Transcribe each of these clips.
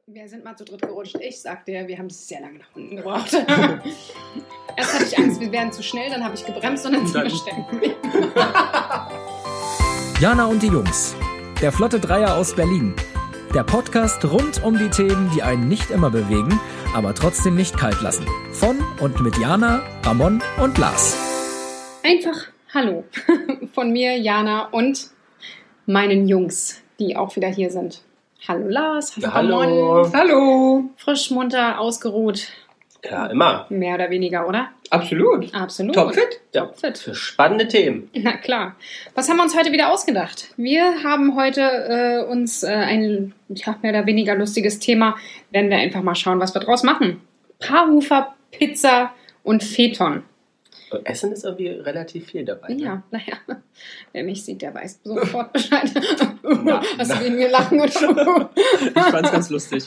Wir sind mal zu dritt gerutscht. Ich sagte, wir haben sehr lange nach unten gebraucht. Erst hatte ich Angst, wir wären zu schnell, dann habe ich gebremst und dann sind wir stecken geblieben. Jana und die Jungs. Der Flotte Dreier aus Berlin. Der Podcast rund um die Themen, die einen nicht immer bewegen, aber trotzdem nicht kalt lassen. Von und mit Jana, Ramon und Lars. Einfach Hallo von mir, Jana und meinen Jungs, die auch wieder hier sind. Hallo Lars, hallo Ramon. Hallo. Frisch, munter, ausgeruht. Klar, immer. Mehr oder weniger, oder? Absolut. Absolut. Topfit? Ja. Topfit. Für spannende Themen. Na klar. Was haben wir uns heute wieder ausgedacht? Wir haben heute uns ein mehr oder weniger lustiges Thema. Werden wir einfach mal schauen, was wir draus machen. Paarhufer, Pizza und Phaeton. Essen ist irgendwie relativ viel dabei. Ne? Ja, naja. Wer mich sieht, der weiß sofort Bescheid. Hast du wegen mir lachen oder? Ich fand's ganz lustig.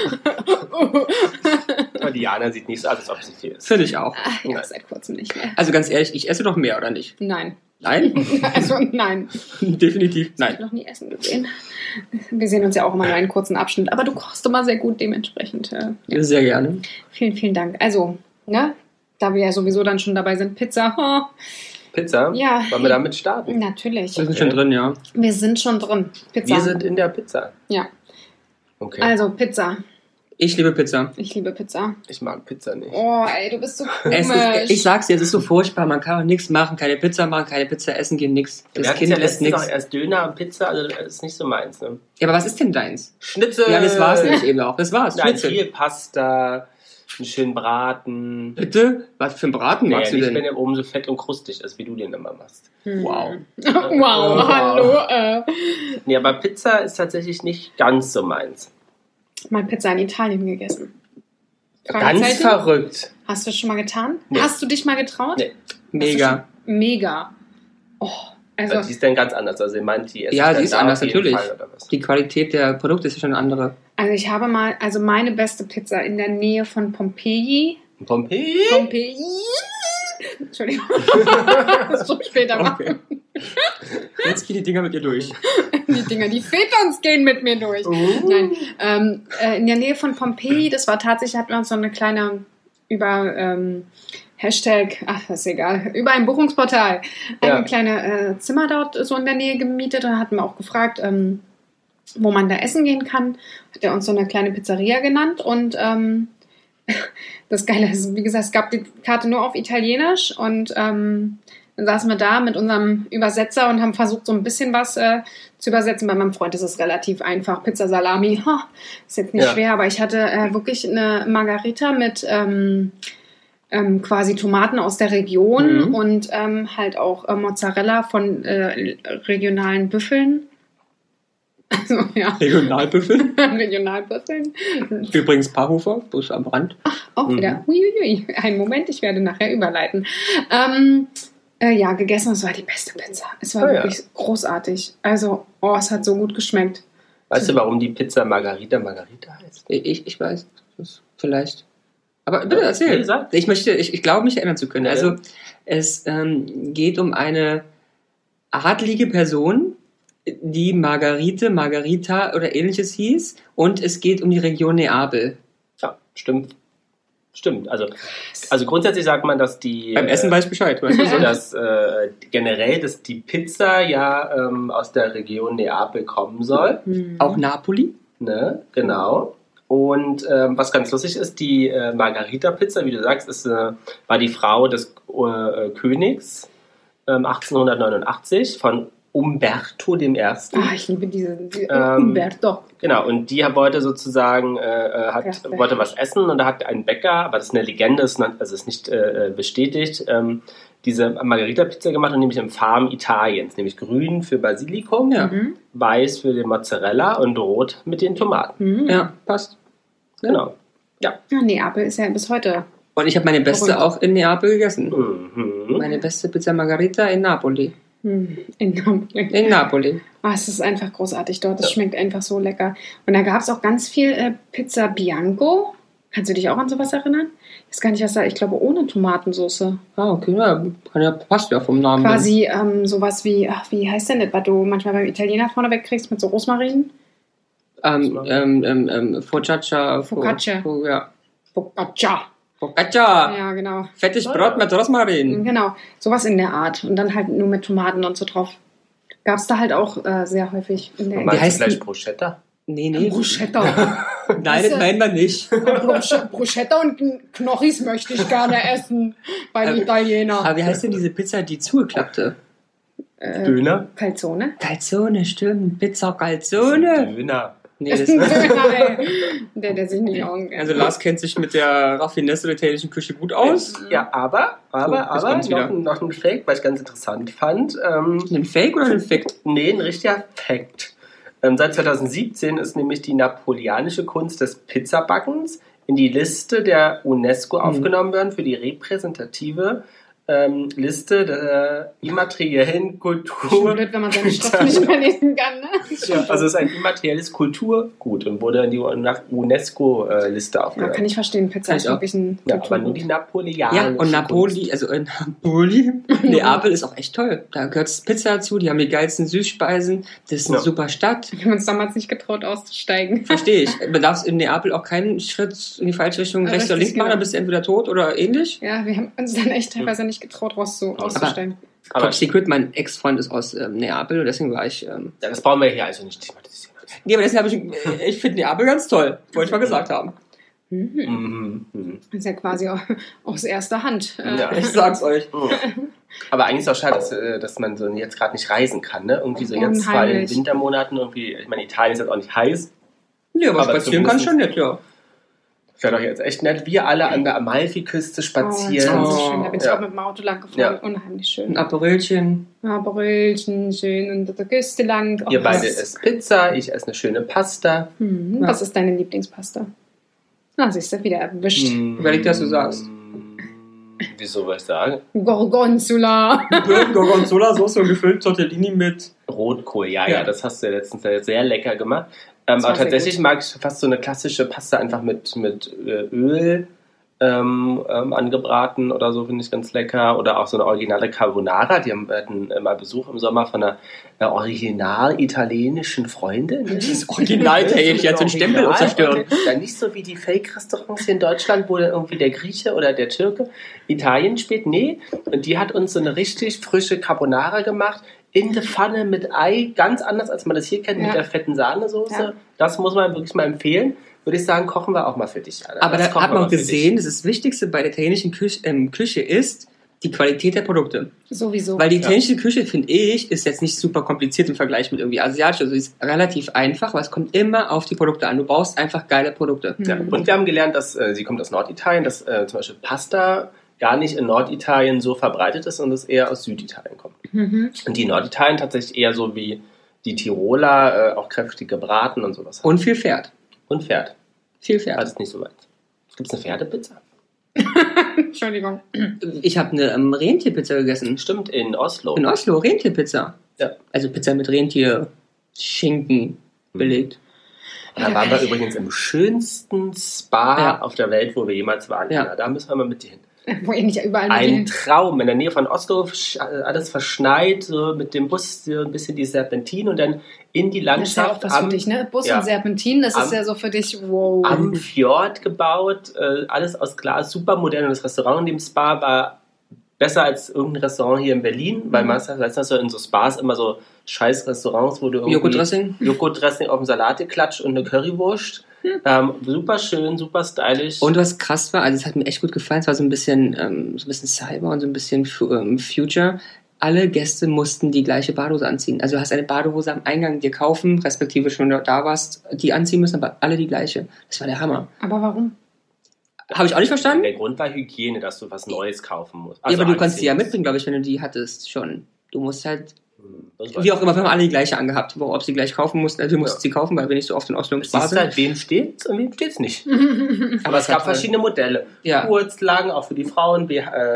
Aber Diana sieht nicht so aus, als ob sie viel ist. Finde ich auch. Ach, ja, seit kurzem nicht mehr. Also ganz ehrlich, ich esse doch mehr, oder nicht? Nein. Nein? Also nein. Definitiv Ich habe nein. noch nie essen gesehen. Wir sehen uns ja auch immer nur einen kurzen Abschnitt. Aber du kochst immer sehr gut, dementsprechend. Ja. Sehr gerne. Vielen, vielen Dank. Also, ne? Da wir ja sowieso dann schon dabei sind, Pizza. Oh, Pizza? Ja. Wollen wir damit starten? natürlich. Wir sind schon drin, ja. Wir sind schon drin. Pizza. Wir sind in der Pizza. Ja. Okay. Also, Pizza. Ich liebe Pizza. Ich liebe Pizza. Ich mag Pizza nicht. Oh, ey, du bist so Es komisch. ist, ich sag's dir, es ist so furchtbar. Man kann auch nichts machen, keine Pizza machen, keine Pizza essen gehen, nichts. Wir Das hatten Kind ja lässt letztens nichts. auch erst Döner und Pizza, also das ist nicht so meins. Ne? Ja, aber was ist denn deins? Schnitzel! Ja, das war's nicht eben auch. Das war's. Nein, Schnitzel. viel Pasta, einen schönen Braten. Bitte? Was für ein Braten Naja, magst du nicht, denn? wenn er oben so fett und krustig ist, wie du den immer machst. Wow. Wow, hallo. Nee, aber Pizza ist tatsächlich nicht ganz so meins. Mal Pizza in Italien gegessen. Ganz Fragezeichen? verrückt. Hast du das schon mal getan? Nee. Hast du dich mal getraut? Nee. Mega. Mega. Oh, also, Die ist dann ganz anders. Also, ihr meint, die Ja, dann sie ist da anders, auf jeden natürlich. Fall, oder was? Die Qualität der Produkte ist ja schon eine andere. ich habe mal, meine beste Pizza in der Nähe von Pompeji. Pompeji? Pompeji? Entschuldigung. Das ist schon später machen. Okay. Jetzt gehen die Dinger mit dir durch. Die Dinger, die Phaetons gehen mit mir durch. Nein, in der Nähe von Pompeji, das war tatsächlich, hatten wir uns so eine kleine über Hashtag, das ist egal, über ein Buchungsportal, eine kleine Zimmer dort so in der Nähe gemietet. Da hatten wir auch gefragt, wo man da essen gehen kann. Hat er uns so eine kleine Pizzeria genannt und das Geile ist, wie gesagt, es gab die Karte nur auf Italienisch und dann saßen wir da mit unserem Übersetzer und haben versucht, so ein bisschen was zu übersetzen. Bei meinem Freund ist es relativ einfach. Pizza Salami, ist jetzt nicht schwer, aber ich hatte wirklich eine Margarita mit quasi Tomaten aus der Region und halt auch Mozzarella von regionalen Büffeln. Also, ja. Regionalbüffel. Regionalbüffeln. Übrigens Paarhufer, Bus am Rand. Auch wieder. Huiuiui. Einen Moment, ich werde nachher überleiten. Gegessen, es war die beste Pizza. Es war wirklich großartig. Also, es hat so gut geschmeckt. Weißt du, warum die Pizza Margarita heißt? Ich weiß. Das ist vielleicht. Aber bitte erzähl. Nee, sag. Ich glaube, mich erinnern zu können. Ja. Also, es geht um eine adlige Person, die Margarita oder ähnliches hieß. Und es geht um die Region Neapel. Ja, stimmt. Also grundsätzlich sagt man, dass die... Beim Essen weiß ich Bescheid. Weißt du so? dass generell, dass die Pizza ja aus der Region Neapel kommen soll. Auch Napoli? Ne? Genau. Und was ganz lustig ist, die Margarita-Pizza, wie du sagst, war die Frau des Königs 1889 von Umberto I. Ich liebe diese Umberto. Genau, und die wollte sozusagen wollte was essen und da hat ein Bäcker, aber das ist eine Legende, ist nicht bestätigt, diese Margarita-Pizza gemacht und nämlich im Farben Italiens, nämlich grün für Basilikum, weiß für den Mozzarella und rot mit den Tomaten. Ja, passt. Genau. Ja. Ja, Neapel ist ja bis heute. Und ich habe meine beste auch in Neapel gegessen. Mhm. Meine beste Pizza Margarita in Napoli. In Napoli. In Napoli. Es ist einfach großartig dort. Es schmeckt einfach so lecker. Und da gab es auch ganz viel Pizza Bianco. Kannst du dich auch an sowas erinnern? Ich weiß gar nicht, was da, ich glaube, ohne Tomatensauce. Ah, okay, ja, passt ja vom Namen. Quasi sowas wie heißt denn das, was du manchmal beim Italiener vorne wegkriegst mit so Rosmarin? Focaccia. Focaccia. Ja. Focaccia. Focaccia. Ja, genau. Fettig Brot mit Rosmarin. Genau, sowas in der Art. Und dann halt nur mit Tomaten und so drauf. Gab es da halt auch sehr häufig in der Meinst heißt du vielleicht die- Bruschetta? Nee. Bruschetta. Nein, das meinen wir nicht. Bruschetta und Knochis möchte ich gerne essen beim Italiener. Aber wie heißt denn diese Pizza, die zugeklappte? Döner? Calzone? Calzone, stimmt. Pizza Calzone. Döner. Nee, das der sich nicht augen. also Lars kennt sich mit der Raffinesse der italienischen Küche gut aus. Ja, aber jetzt kommt's wieder. noch ein Fake, was ich ganz interessant fand. Ein Fake oder ein Fact? Nee, ein richtiger Fact. Seit 2017 ist nämlich die napoleonische Kunst des Pizzabackens in die Liste der UNESCO aufgenommen worden für die repräsentative Liste der immateriellen Kultur. Blöd, wenn man seine Schrift nicht mehr lesen kann, ne? Ja, also es ist ein immaterielles Kulturgut und wurde in die UNESCO-Liste Ja, aufgenommen. kann ich verstehen. Pizza Kann ist ich auch. wirklich ein Ja, aber nur die napoleonische Ja, und Napoli, Kunst. also Napoli, Neapel ist auch echt toll. Da gehört Pizza dazu, die haben die geilsten Süßspeisen. Das ist eine Ja. super Stadt. Wir haben uns damals nicht getraut auszusteigen. Verstehe ich. Du darfst in Neapel auch keinen Schritt in die falsche Richtung rechts oder Richtig, links machen, genau. dann bist du entweder tot oder ähnlich. Ja, wir haben uns dann echt teilweise nicht getraut, auszusteigen. Aber Top Secret, mein Ex-Freund ist aus Neapel und deswegen war ich... ja, das brauchen wir hier also nicht thematisieren. Nee, aber deswegen habe ich finde Neapel ganz toll. Wollte ich mal gesagt haben. Mhm. Das ist ja quasi aus erster Hand. Ja. Ich sag's euch. Aber eigentlich ist es auch schade, dass man so jetzt gerade nicht reisen kann, ne? Irgendwie so jetzt zwar in Unheimlich. den Wintermonaten irgendwie, ich meine, Italien ist jetzt auch nicht heiß. Nee, aber Aber spazieren kann ich schon nicht, ja. Wäre doch jetzt echt nett, wir alle an der Amalfiküste spazieren. Oh, das ist schön. Da bin ich Ja. auch mit dem Auto lang gefahren. Ja. Unheimlich schön. Ein Aperölchen. Brötchen schön und der Küste lang. Oh, Ihr beide was- esst Pizza, ich esse eine schöne Pasta. Was ist deine Lieblingspasta? Ah, siehst du, wieder erwischt. Überleg dir, was du sagst. Wieso, was ich sage? Gorgonzola. Gorgonzola-Sauce und gefüllt Tortellini mit... Rotkohl, ja, Ja. das hast du ja letztens sehr lecker gemacht. war Aber sehr tatsächlich mag ich fast so eine klassische Pasta einfach mit Öl angebraten oder so, finde ich ganz lecker. Oder auch so eine originale Carbonara. Wir hatten mal Besuch im Sommer von einer original italienischen Freundin. Das Original italienische, die hat so einen Stempel auf der Stirn. Ja, nicht so wie die Fake-Restaurants hier in Deutschland, wo dann irgendwie der Grieche oder der Türke Italien spielt. Nee, und die hat uns so eine richtig frische Carbonara gemacht. In der Pfanne mit Ei, ganz anders als man das hier kennt, Ja. mit der fetten Sahnesoße. Ja. Das muss man wirklich mal empfehlen. Würde ich sagen, kochen wir auch mal für dich. Anna. Aber Das da kochen hat wir man mal für gesehen, das Wichtigste bei der italienischen Küche ist die Qualität der Produkte. Sowieso. Weil die italienische Küche, finde ich, ist jetzt nicht super kompliziert im Vergleich mit irgendwie asiatisch. Also ist relativ einfach, aber es kommt immer auf die Produkte an. Du brauchst einfach geile Produkte. dich. Ja. Und wir haben gelernt, dass sie kommt aus Norditalien, dass zum Beispiel Pasta gar nicht in Norditalien so verbreitet ist und es eher aus Süditalien kommt. Und die in Norditalien tatsächlich eher so wie die Tiroler, auch kräftig gebraten und sowas. Und viel Pferd. Und Pferd. Viel Pferd. Das ist nicht so weit. Gibt es eine Pferdepizza? Entschuldigung. Ich habe eine Rentierpizza gegessen. Stimmt, in Oslo. In Oslo, Rentierpizza. Ja. Also Pizza mit Rentierschinken belegt. Da waren wir übrigens im schönsten Spa Ja. auf der Welt, wo wir jemals waren. Ja. Ja, da müssen wir mal mit dir hin. Wo ihr nicht überall Ein mit Traum. In der Nähe von Oslo, alles verschneit, so mit dem Bus, so ein bisschen die Serpentin und dann in die Das ist ja auch Landschaft was für dich, ne? Bus ja. und Serpentin, das ist Am- ja so für dich, wow. am Fjord gebaut, alles aus Glas, super modern. Und das Restaurant in dem Spa war besser als irgendein Restaurant hier in Berlin, weil meistens hast du in so Spas immer so scheiß Restaurants, wo du irgendwie Joghurtdressing? Joghurtdressing auf dem Salat geklatscht und eine Currywurst. Super schön, super stylisch. Und was krass war, also es hat mir echt gut gefallen, es war so ein bisschen Cyber und so ein bisschen Future. Alle Gäste mussten die gleiche Badehose anziehen. Also du hast eine Badehose am Eingang dir kaufen, respektive schon da warst, die anziehen müssen, aber alle die gleiche. Das war der Hammer. Aber warum? Habe ich auch nicht verstanden? Der Grund war Hygiene, dass du was Neues kaufen musst. Ja, aber du kannst die ja anziehen mitbringen, glaube ich, wenn du die hattest schon. Du musst halt, musst. Das wie auch immer, wir haben alle die gleiche angehabt. Ob sie gleich kaufen mussten, also wir mussten sie kaufen, weil wir nicht so oft in Oslo im Spa Siehst du sind. halt, wem steht's und wem steht's nicht. Aber es hat gab verschiedene Modelle. Ja. Kurz, lang, auch für die Frauen,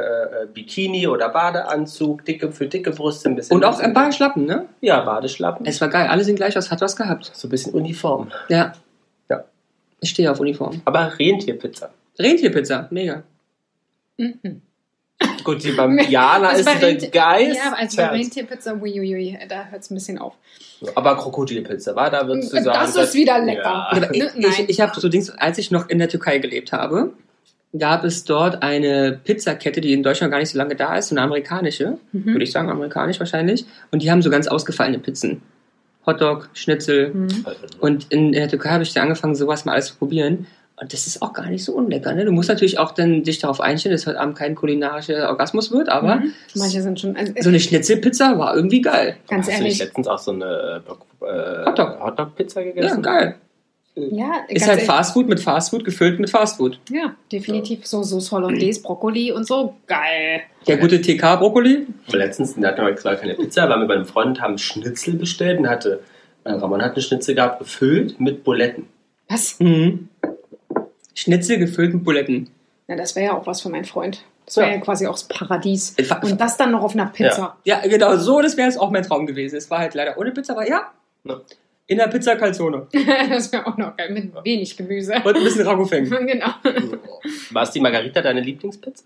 Bikini oder Badeanzug, für dicke Brüste, ein bisschen. Und auch ein paar Schlappen, ne? Ja, Badeschlappen. Es war geil, alle sind gleich aus, hat was gehabt. So ein bisschen Uniform. Ja. Ja. Ich stehe auf Uniform. Aber Rentierpizza. Rentierpizza, mega. Gut, die beim Jana ist der Geist. Ja, also bei Rentierpizza, uiuiui, da hört es ein bisschen auf. Aber Krokodilpizza, war da würdest du sagen... Das ist wieder lecker. Ja. Ich habe so Dings, als ich noch in der Türkei gelebt habe, gab es dort eine Pizzakette, die in Deutschland gar nicht so lange da ist, so eine amerikanische, würde ich sagen, amerikanisch wahrscheinlich. Und die haben so ganz ausgefallene Pizzen. Hotdog, Schnitzel. Und in der Türkei habe ich dann angefangen, sowas mal alles zu probieren. Und das ist auch gar nicht so unlecker. Ne? Du musst natürlich auch dann dich darauf einstellen, dass heute Abend kein kulinarischer Orgasmus wird, aber manche sind schon... Also, so eine Schnitzelpizza war irgendwie geil. Ganz Hast ehrlich. du nicht letztens auch so eine Ja, Hotdog-Pizza gegessen? geil. Ja, Ist ganz halt ehrlich. Fastfood mit Fastfood, gefüllt mit Fastfood. Ja, definitiv. So Hollandaise, Brokkoli und so. Geil. Der gute TK-Brokkoli. Letztens, da hatten wir zwar keine Pizza, waren wir bei einem Freund und haben Schnitzel bestellt und Ramon hat eine Schnitzel gehabt, gefüllt mit Buletten. Was? Schnitzel gefüllt mit Buletten. Ja, das wäre ja auch was für meinen Freund. Das wäre ja quasi auch das Paradies. Und das dann noch auf einer Pizza. Ja, genau, so, das wäre es auch mein Traum gewesen. Es war halt leider ohne Pizza, aber ja. In der Pizza Calzone. Das wäre auch noch geil, mit wenig Gemüse. Und ein bisschen Ragouffin. Genau. War es die Margarita deine Lieblingspizza?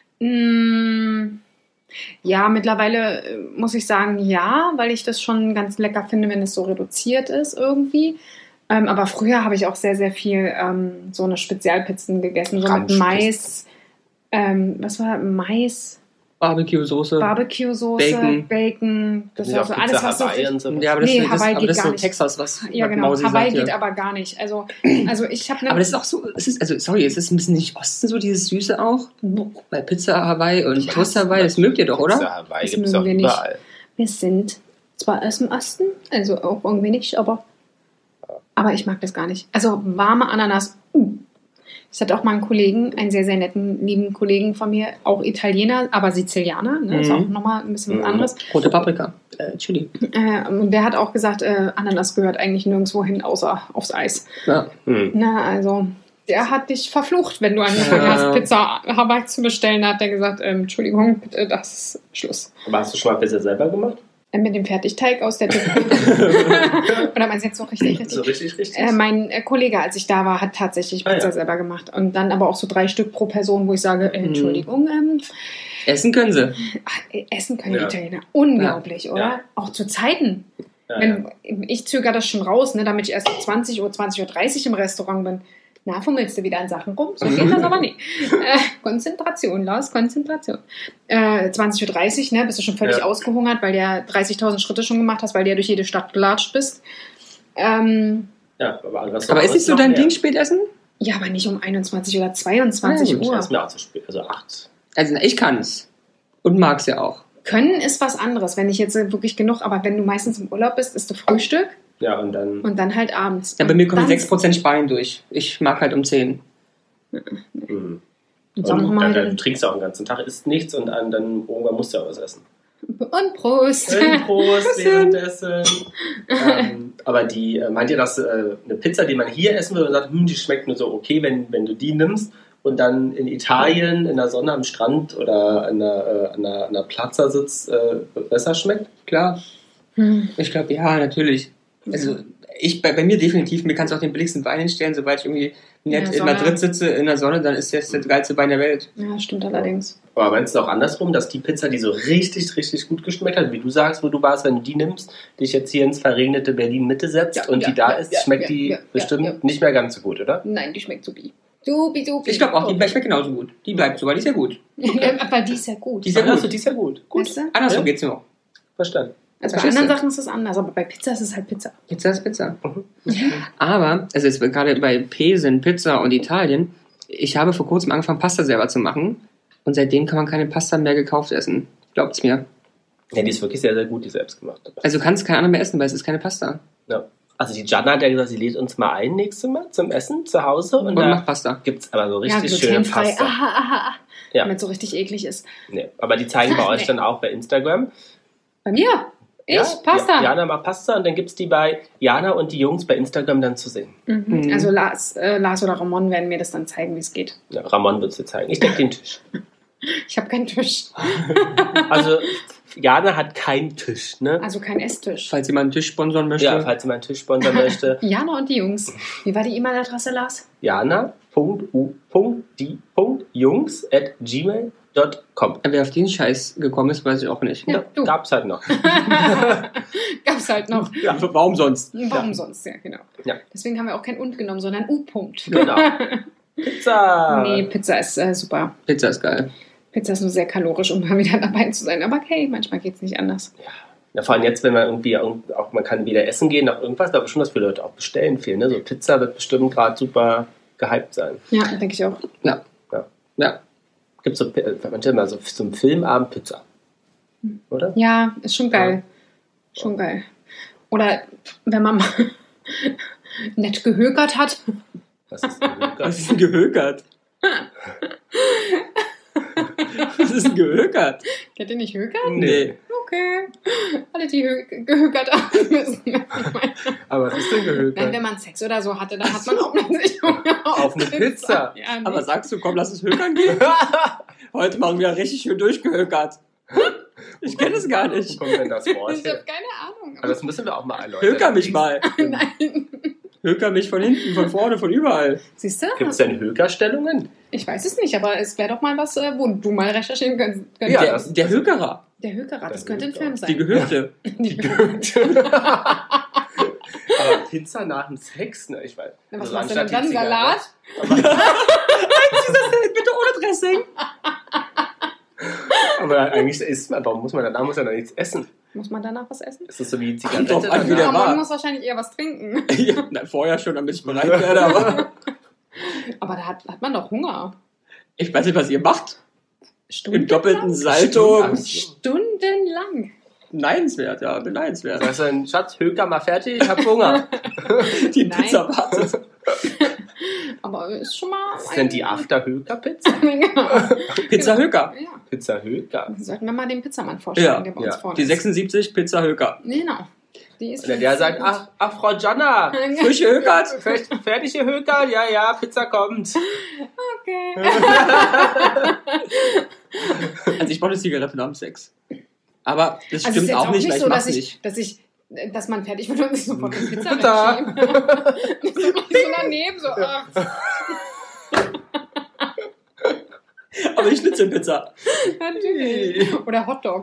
Ja, mittlerweile muss ich sagen, ja, weil ich das schon ganz lecker finde, wenn es so reduziert ist irgendwie. Aber früher habe ich auch sehr, sehr viel so eine Spezialpizzen gegessen, so mit Mais. Was war Mais? Barbecue-Soße. Bacon. Das war so alles, was so richtig... Ja, aber das, Hawaii aber geht das ist gar so nicht. Texas, was Ja, genau. Mausi Hawaii sagt, geht aber gar nicht. Also ich habe... Aber das ist auch so, es ist ein bisschen nicht Osten so, dieses Süße auch? Bei Pizza Hawaii und Toast Hawaii, das mögt ihr doch, oder? Pizza Hawaii Das gibt es mögen auch wir nicht. überall. Wir sind zwar aus dem Osten, also auch irgendwie nicht, aber ich mag das gar nicht. Also warme Ananas. Ich hatte auch mal einen Kollegen, einen sehr, sehr netten, lieben Kollegen von mir, auch Italiener, aber Sizilianer. Ne? Ist auch nochmal ein bisschen was anderes. Rote Paprika, Chili. Und der hat auch gesagt, Ananas gehört eigentlich nirgendwo hin, außer aufs Eis. Ja. Na, also... Der hat dich verflucht, wenn du angefangen hast, Pizza Hawaii zu bestellen. Hat der gesagt, Entschuldigung, bitte, das ist Schluss. Aber hast du schon mal Pizza selber gemacht? Mit dem Fertigteig aus der Tüte. Oder meinst du jetzt so richtig? So richtig? Mein Kollege, als ich da war, hat tatsächlich Pizza selber gemacht. Und dann aber auch so 3 Stück pro Person, wo ich sage, Entschuldigung. Essen können sie. Essen können die Italiener. Unglaublich, oder? Ja. Auch zu Zeiten. Ich zögere das schon raus, ne, damit ich erst um 20 Uhr, 20.30 Uhr im Restaurant bin. Na, fummelst du wieder an Sachen rum? So geht das aber nicht. Konzentration, Lars, Konzentration. 20.30 Uhr, ne, bist du schon völlig ausgehungert, weil du ja 30.000 Schritte schon gemacht hast, weil du ja durch jede Stadt gelatscht bist. Aber ist nicht so dein Ding, Spätessen? Ja, aber nicht um 21 oder 22 Uhr. Das ist mir auch zu spät, also 8. Also ich kann es. Und mag es ja auch. Können ist was anderes, wenn ich jetzt wirklich genug, aber wenn du meistens im Urlaub bist, isst du Frühstück. Ja, und dann halt abends. Ja, bei mir kommen 6% Spanien durch. Ich mag halt um 10. Und dann du trinkst auch den ganzen Tag, isst nichts und dann irgendwann musst du auch was essen. Und Prost! Prost währenddessen. Aber meint ihr, dass eine Pizza, die man hier essen will und sagt, die schmeckt nur so okay, wenn du die nimmst und dann in Italien in der Sonne am Strand oder an einer Plaza sitzt, besser schmeckt? Klar. Ich glaube, ja, natürlich. Also bei mir definitiv, mir kannst du auch den billigsten Wein hinstellen, sobald ich irgendwie nett in Madrid sitze in der Sonne, dann ist das geilste Wein der Welt. Ja, stimmt allerdings. Aber meinst du auch andersrum, dass die Pizza, die so richtig, richtig gut geschmeckt hat, wie du sagst, wo du warst, wenn du die nimmst, dich jetzt hier ins verregnete Berlin-Mitte setzt die da ist, schmeckt die bestimmt nicht mehr ganz so gut, oder? Nein, die schmeckt supi. Supi. Ich glaube auch, die schmeckt genauso gut. Die bleibt sogar, die ist ja gut. Aber die ist ja gut. Die ist ja gut. Weißt du? Andersrum geht's nur. Verstanden. Also bei anderen Sachen ist es anders, aber bei Pizza ist es halt Pizza. Pizza ist Pizza. Aber, also jetzt gerade bei Pesen, Pizza und Italien, ich habe vor kurzem angefangen, Pasta selber zu machen. Und seitdem kann man keine Pasta mehr gekauft essen. Glaubt's mir. Ja, die ist wirklich sehr, sehr gut, die selbstgemachte Pasta. Also du kannst keine andere mehr essen, weil es ist keine Pasta. Ja. Also die Gianna hat ja gesagt, sie lädt uns mal ein nächstes Mal zum Essen zu Hause. Und macht Pasta. Gibt's aber so richtig schöne Pasta. Ja. Damit es so richtig eklig ist. Nee, aber die zeigen bei euch dann auch bei Instagram. Bei mir? Pasta. Jana macht Pasta und dann gibt es die bei Jana und die Jungs bei Instagram dann zu sehen. Also Lars oder Ramon werden mir das dann zeigen, wie es geht. Ja, Ramon wird es dir zeigen. Ich decke den Tisch. Ich habe keinen Tisch. Also Jana hat keinen Tisch, ne? Also kein Esstisch. Falls jemand einen Tisch sponsern möchte. Ja, falls jemand einen Tisch sponsern möchte. Jana und die Jungs. Wie war die E-Mail-Adresse, Lars? Jana. j.u.die.jungs@gmail.com. Wer auf den Scheiß gekommen ist, weiß ich auch nicht. Ja, du. Gab's halt noch. Gab's halt noch. Ja, warum sonst? Warum sonst? Ja, genau. Ja. Deswegen haben wir auch kein und genommen, sondern U-Punkt. Genau. Pizza! Nee, Pizza ist super. Pizza ist geil. Pizza ist nur sehr kalorisch, um mal wieder dabei zu sein. Aber okay, manchmal geht's nicht anders. Ja, vor allem jetzt, wenn man irgendwie auch, man kann wieder essen gehen nach irgendwas, da schon, dass viele Leute auch bestellen viel. Ne? So Pizza wird bestimmt gerade super gehypt sein. Ja, denke ich auch. Ja. Gibt so manchmal mal so einen Filmabend Pizza. Oder? Ja, ist schon geil. Schon geil. Oder wenn man mal nett gehökert hat. Was ist denn Was ist denn gehökert? Was ist denn gehökert? Kennt ihr nicht hökert? Nee. Okay. Alle, die gehökert haben, wissen, was ich meine. Aber was ist denn Nein, gehökert? wenn man Sex oder so hatte, dann hat man auch plötzlich Hunger Auf eine Pizza. Ja, nee. Aber sagst du, komm, lass uns hökern gehen? Heute machen wir richtig schön durchgehökert. Ich kenne es gar Wo nicht. kommt denn das Wort Ich her? habe keine Ahnung. Aber das müssen wir auch mal erläutern. Höker mich mal. Nein. Höker mich von hinten, von vorne, von überall. Siehst du? Gibt es denn Hökerstellungen? Ich weiß es nicht, aber es wäre doch mal was, wo du mal recherchieren könntest. Ja, Der Hökerer. Der Hökerer, das Der könnte ein Höker. Film sein. Die Gehökte. Aber Pizza nach dem Sex, ne? Ich weiß. Na, was Also machst du anstatt denn dann? die Salat? Bitte ohne Dressing. Aber eigentlich isst man, warum muss man danach ja noch nichts essen? Muss man danach was essen? Ist das so wie Kommt drauf Zigarette? an, wie der Aber war. man muss wahrscheinlich eher was trinken. Ja, na, vorher schon, damit ich bereit werde, aber Aber da hat man doch Hunger. ich weiß nicht, was ihr macht. Im doppelten Stundenlang. Salto. Stundenlang. Beneidenswert, ja, beneidenswert. Sagst du, Schatz, Höker mal fertig, ich hab Hunger. Die Nein. Pizza wartet. Aber ist schon mal. Was ist denn die After-Höker-Pizza? Genau. Pizza Höker. Ja. Pizza Höker. Sollten wir mal den Pizzamann vorstellen, Ja, der bei uns ja. vorne Die ist. 76 Pizza Höker. Genau. Die ist Oder der sagt, ach Frau Jana, Frische Hökert. fertige Höker, ja, Pizza kommt. Okay. Also ich brauche eine Zigarette nach dem Sex. Aber das Also es ist stimmt jetzt auch nicht, weil ich so, mach's dass nicht. dass man fertig wird und sich sofort eine Pizza Pizza. wegschieben. Nicht so daneben, so, Aber ich Schnitzelpizza. natürlich. Oder Hotdog.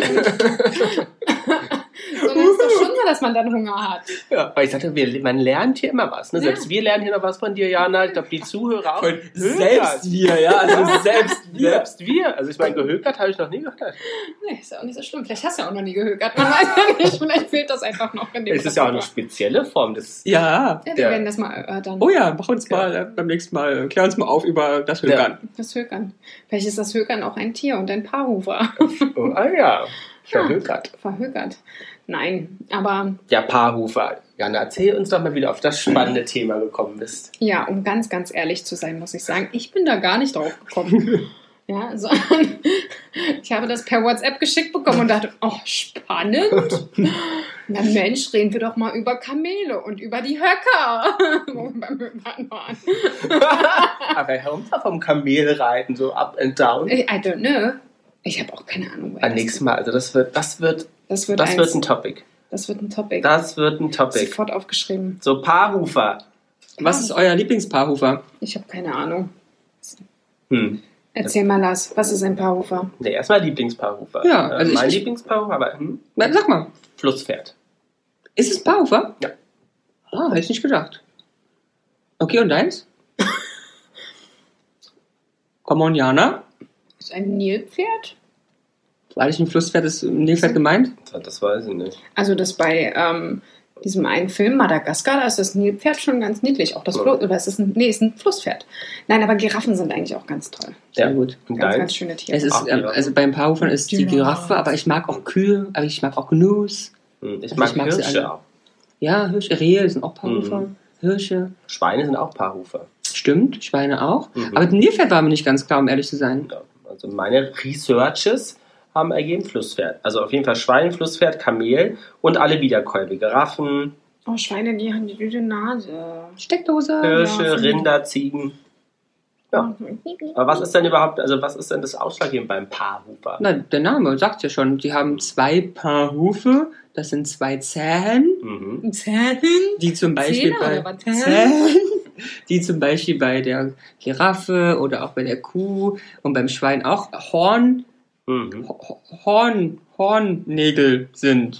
Sondern es ist doch schon so, dass man dann Hunger hat. Ja, weil ich sagte, man lernt hier immer was. Ne? Ja. Selbst wir lernen hier noch was von dir, Jana. Ich glaube, die Zuhörer auch. Von selbst wir, ja. Also selbst wir. Selbst wir. Also ich meine, gehökert habe ich noch nie gehört. Nee, ist ja auch nicht so schlimm. Vielleicht hast du ja auch noch nie gehökert. Man weiß ja nicht. Vielleicht fehlt das einfach noch in dem Es ist ja auch eine Repertoire. spezielle Form des... Ja. Ja, wir der- werden das mal erörtern. Oh ja, mach uns mal beim nächsten Mal, klär uns mal auf über das Hökern. Das Hökern. Vielleicht ist das Hökern auch ein Tier und ein Paarhufer. Oh, ja, verhökert. Verhökert. Nein, aber Ja, Paarhufer. Jana, erzähl uns doch mal, wie du auf das spannende Thema gekommen bist. ja, um ganz, ganz ehrlich zu sein, muss ich sagen, ich bin da gar nicht drauf gekommen. Ja, sondern ich habe das per WhatsApp geschickt bekommen und dachte, oh, spannend. Na Mensch, reden wir doch mal über Kamele und über die Höcker. Wo wir beim Hökern waren. Aber herunter vom Kamel reiten, so up and down. I don't know. Ich habe auch keine Ahnung. Beim nächsten Mal, also das wird Das wird ein Topic. Das wird ein Topic. Das wird ein Topic. Sofort aufgeschrieben. So Paarhufer. Was ist euer Lieblingspaarhufer? Ich habe keine Ahnung. Hm. Erzähl mal, Lars, was ist ein Paarhufer? Ne, erstmal Lieblingspaarhufer. Ja, also mein ich- Lieblingspaarhufer, aber Sag mal, Flusspferd. ist es Paarhufer? Ja. Ah, hätte ich nicht gedacht. Okay, und deins? Come on, Jana. Ist ein Nilpferd? War nicht ein Flusspferd, ist ein Nilpferd gemeint? Das weiß ich nicht. Also das bei diesem einen Film Madagaskar, da ist das Nilpferd schon ganz niedlich. Auch das Fluss, oder ist ist ein Flusspferd. Nein, aber Giraffen sind eigentlich auch ganz toll. Sehr gut. Und Ganz, dein? ganz schöne Tiere. Es ist, Ach, ja. also beim Paarhufern ist die Giraffe, aber ich mag auch Kühe, aber ich mag auch Gnus. Ich Also mag ich mag sie Hirsche alle. auch. Ja, Hirsche, Rehe sind auch Paarhufer. Hirsche. Schweine sind auch Paarhufer. Stimmt, Schweine auch. Mhm. Aber ein Nilpferd war mir nicht ganz klar, um ehrlich zu sein. Ja, also meine Researches haben ergeben Flusspferd. Also auf jeden Fall Schwein, Flusspferd, Kamel und alle Wiederkäufe. Giraffen, Oh, Schweine, die haben die düde Nase. Steckdose. Hirsche, ja, Rinder, Ziegen. Ja. Aber was ist denn überhaupt, also was ist denn das Ausschlaggebend beim Paarhufer? Na, der Name sagt ja schon. Die haben 2 Paar Hufe. Das sind 2 Zehen, Mhm. Zähnen? die zum Beispiel Zähne bei oder was? Zähnen, die zum Beispiel bei der Giraffe oder auch bei der Kuh und beim Schwein auch Hornnägel sind.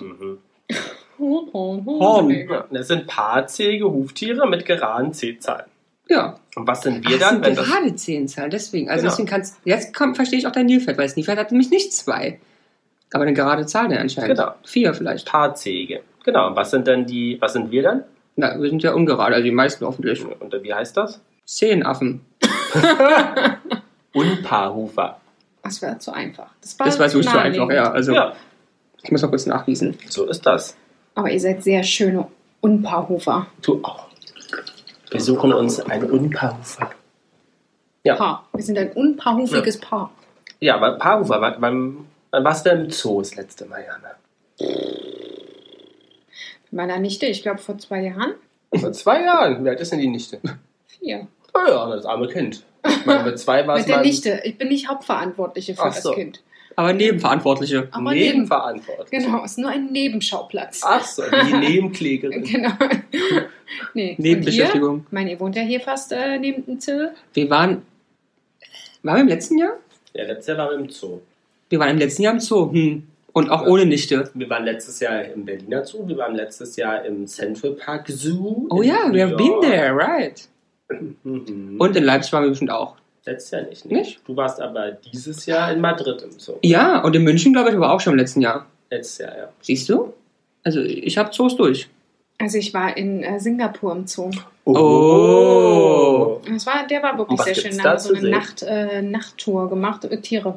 Horn. Ja, das sind paarzähige Huftiere mit geraden Zehzahlen. Ja. Und was sind wir Das dann? sind gerade Zehenzahlen, deswegen. Also Genau. deswegen verstehe ich auch dein Nilpferd, weil das Nilpferd hat nämlich nicht 2. Aber eine gerade Zahl denn anscheinend. Genau. 4 vielleicht. Paarzähige. Genau. Und was sind wir dann? Na, wir sind ja ungerade, also die meisten hoffentlich. Und wie heißt das? Zehenaffen. Unpaarhufer. Das wäre zu einfach. Das war so einfach, naheliegend. ja. Also Ja, ich muss noch kurz nachlesen. so ist das. Aber ihr seid sehr schöne Unpaarhufer. Du auch. Wir suchen uns einen Unpaarhufer. Ja. Paar. Wir sind ein unpaarhufiges Paar. Ja, aber Paarhufer, wann warst du denn im Zoo das letzte Mal, Jana? Mit meiner Nichte, ich glaube vor 2 Jahren. Vor 2 Jahren. Wie alt ist denn die Nichte? 4. Oh ja, das arme Kind. Ich meine, mit 2 war es Mit der mal Nichte. Ich bin nicht Hauptverantwortliche für Ach so. das Kind. Aber Nebenverantwortliche. Aber nebenverantwortlich. Genau, es ist nur ein Nebenschauplatz. Ach so, die Nebenklägerin. Genau. Nee. Nebenbeschäftigung. Und ihr? Ich meine, ihr wohnt ja hier fast neben dem Zoo. Wir waren wir im letzten Jahr? Ja, letztes Jahr waren wir im Zoo. Wir waren im letzten Jahr im Zoo. Und auch ohne Nichte. Wir waren letztes Jahr im Berliner Zoo, wir waren letztes Jahr im Central Park Zoo. Oh ja, we have been there, right. Mhm. Und in Leipzig waren wir bestimmt auch. Letztes Jahr nicht. Nicht? Du warst aber dieses Jahr in Madrid im Zoo. Ja, und in München, glaube ich, aber auch schon im letzten Jahr. Letztes Jahr, ja. Siehst du? Also ich habe Zoos durch. Also ich war in Singapur im Zoo. Oh. Der war wirklich Und was sehr gibt's schön. Da da haben wir so zu eine sehen? Nachttour gemacht. Tiere.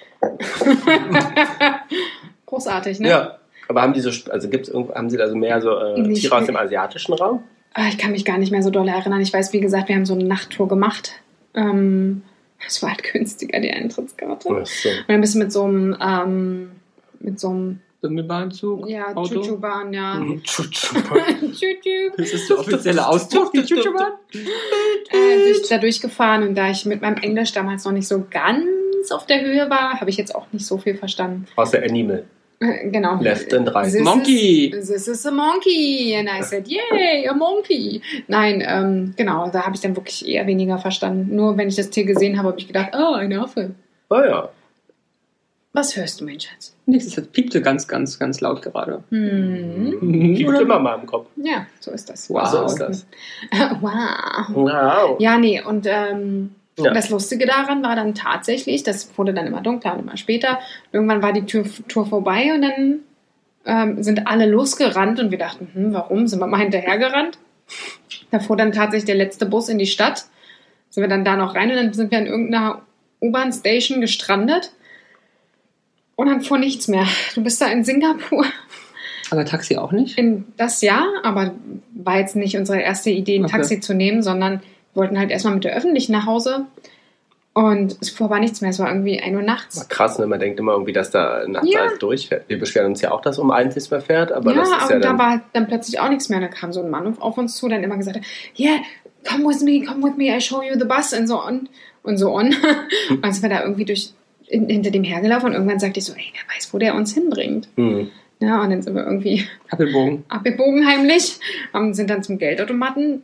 Großartig, ne? Ja. Aber haben die so, also haben sie da so mehr so Nicht Tiere aus mehr. dem asiatischen Raum? Ich kann mich gar nicht mehr so doll erinnern. Ich weiß, wie gesagt, wir haben so eine Nachttour gemacht. Es war halt günstiger, die Eintrittskarte. Ach so. Und dann bist du mit so einem Bimmelbahnzug, ja, Auto. Chuchu-Bahn, ja. Chuchu. Chuchu. Das ist der offizielle Ausdruck, die Chuchu-Bahn. Da durchgefahren und da ich mit meinem Englisch damals noch nicht so ganz auf der Höhe war, habe ich jetzt auch nicht so viel verstanden. Außer Animal. Genau. Left and right. Monkey. This is a monkey. And I said, yay, a monkey. Nein, genau, da habe ich dann wirklich eher weniger verstanden. Nur wenn ich das Tier gesehen habe, habe ich gedacht, oh, ein Affe. Oh ja. Was hörst du, mein Schatz? Nichts, das piepte ganz, ganz, ganz laut gerade. Piept immer mal im Kopf. Ja, so ist das. Wow. So ist das. Wow. Wow. Ja, nee, und Ja. das Lustige daran war dann tatsächlich, das wurde dann immer dunkler und immer später, irgendwann war die Tour vorbei und dann sind alle losgerannt und wir dachten, warum? Sind wir mal hinterhergerannt? Da fuhr dann tatsächlich der letzte Bus in die Stadt, sind wir dann da noch rein und dann sind wir in irgendeiner U-Bahn-Station gestrandet und dann fuhr nichts mehr. Du bist da in Singapur. Aber Taxi auch nicht? In das Jahr, aber war jetzt nicht unsere erste Idee, ein Okay. Taxi zu nehmen, sondern wir wollten halt erstmal mit der Öffentlichen nach Hause und es fuhr aber nichts mehr. Es war irgendwie 1 Uhr nachts. Krass, ne? Man denkt immer irgendwie, dass da nachts Ja. alles durchfährt. Wir beschweren uns ja auch, dass um 1 nichts mehr fährt, aber das ist ja und da dann... war halt dann plötzlich auch nichts mehr. Da kam so ein Mann auf uns zu, der immer gesagt hat, yeah, come with me, I show you the bus und so on. Und so on. Und dann sind wir da irgendwie hinter dem hergelaufen und irgendwann sagte ich so, ey, wer weiß, wo der uns hinbringt. Ja, und dann sind wir irgendwie Appelbogen. abgebogen heimlich, sind dann zum Geldautomaten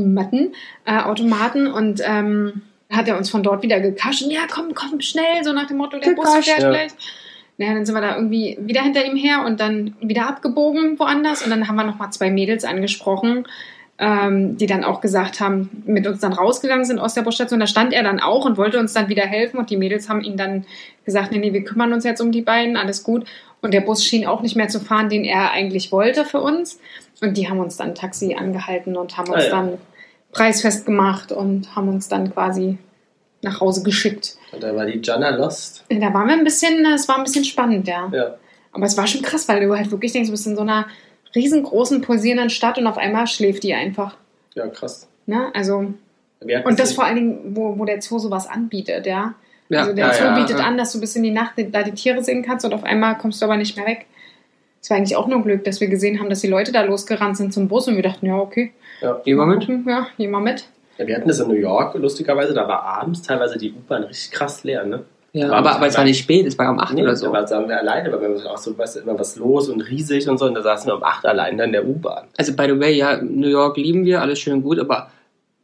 und hat er uns von dort wieder gekascht. Ja, komm, schnell, so nach dem Motto, der Bus Gekascht, fährt ja. gleich. Naja, dann sind wir da irgendwie wieder hinter ihm her und dann wieder abgebogen woanders und dann haben wir nochmal 2 Mädels angesprochen, die dann auch gesagt haben, mit uns dann rausgegangen sind aus der Busstation. Da stand er dann auch und wollte uns dann wieder helfen und die Mädels haben ihm dann gesagt, nee, wir kümmern uns jetzt um die beiden, alles gut. Und der Bus schien auch nicht mehr zu fahren, den er eigentlich wollte für uns. Und die haben uns dann ein Taxi angehalten und haben uns dann preisfest gemacht und haben uns dann quasi nach Hause geschickt. Und da war die Jana lost. Da waren wir es war ein bisschen spannend, ja. Ja. Aber es war schon krass, weil du halt wirklich denkst, du bist in so einer riesengroßen, pulsierenden Stadt und auf einmal schläft die einfach. Ja, krass. Ne? Also, und das vor allen Dingen, wo der Zoo sowas anbietet, ja. Ja. Also der Ja, Zoo ja, bietet ja. an, dass du bis in die Nacht da die Tiere sehen kannst und auf einmal kommst du aber nicht mehr weg. Es war eigentlich auch nur Glück, dass wir gesehen haben, dass die Leute da losgerannt sind zum Bus und wir dachten, ja, okay. Ja. Geh mal mit. Ja, geh mal mit. Ja, wir hatten das in New York, lustigerweise, da war abends teilweise die U-Bahn richtig krass leer, ne? Ja, War aber es war nicht spät, es war um 8 Nee, oder so. da waren wir alleine, weil wir auch so, weißt du, immer was los und riesig und so, und da saßen wir um 8 allein dann in der U-Bahn. Also by the way, ja, New York lieben wir, alles schön und gut, aber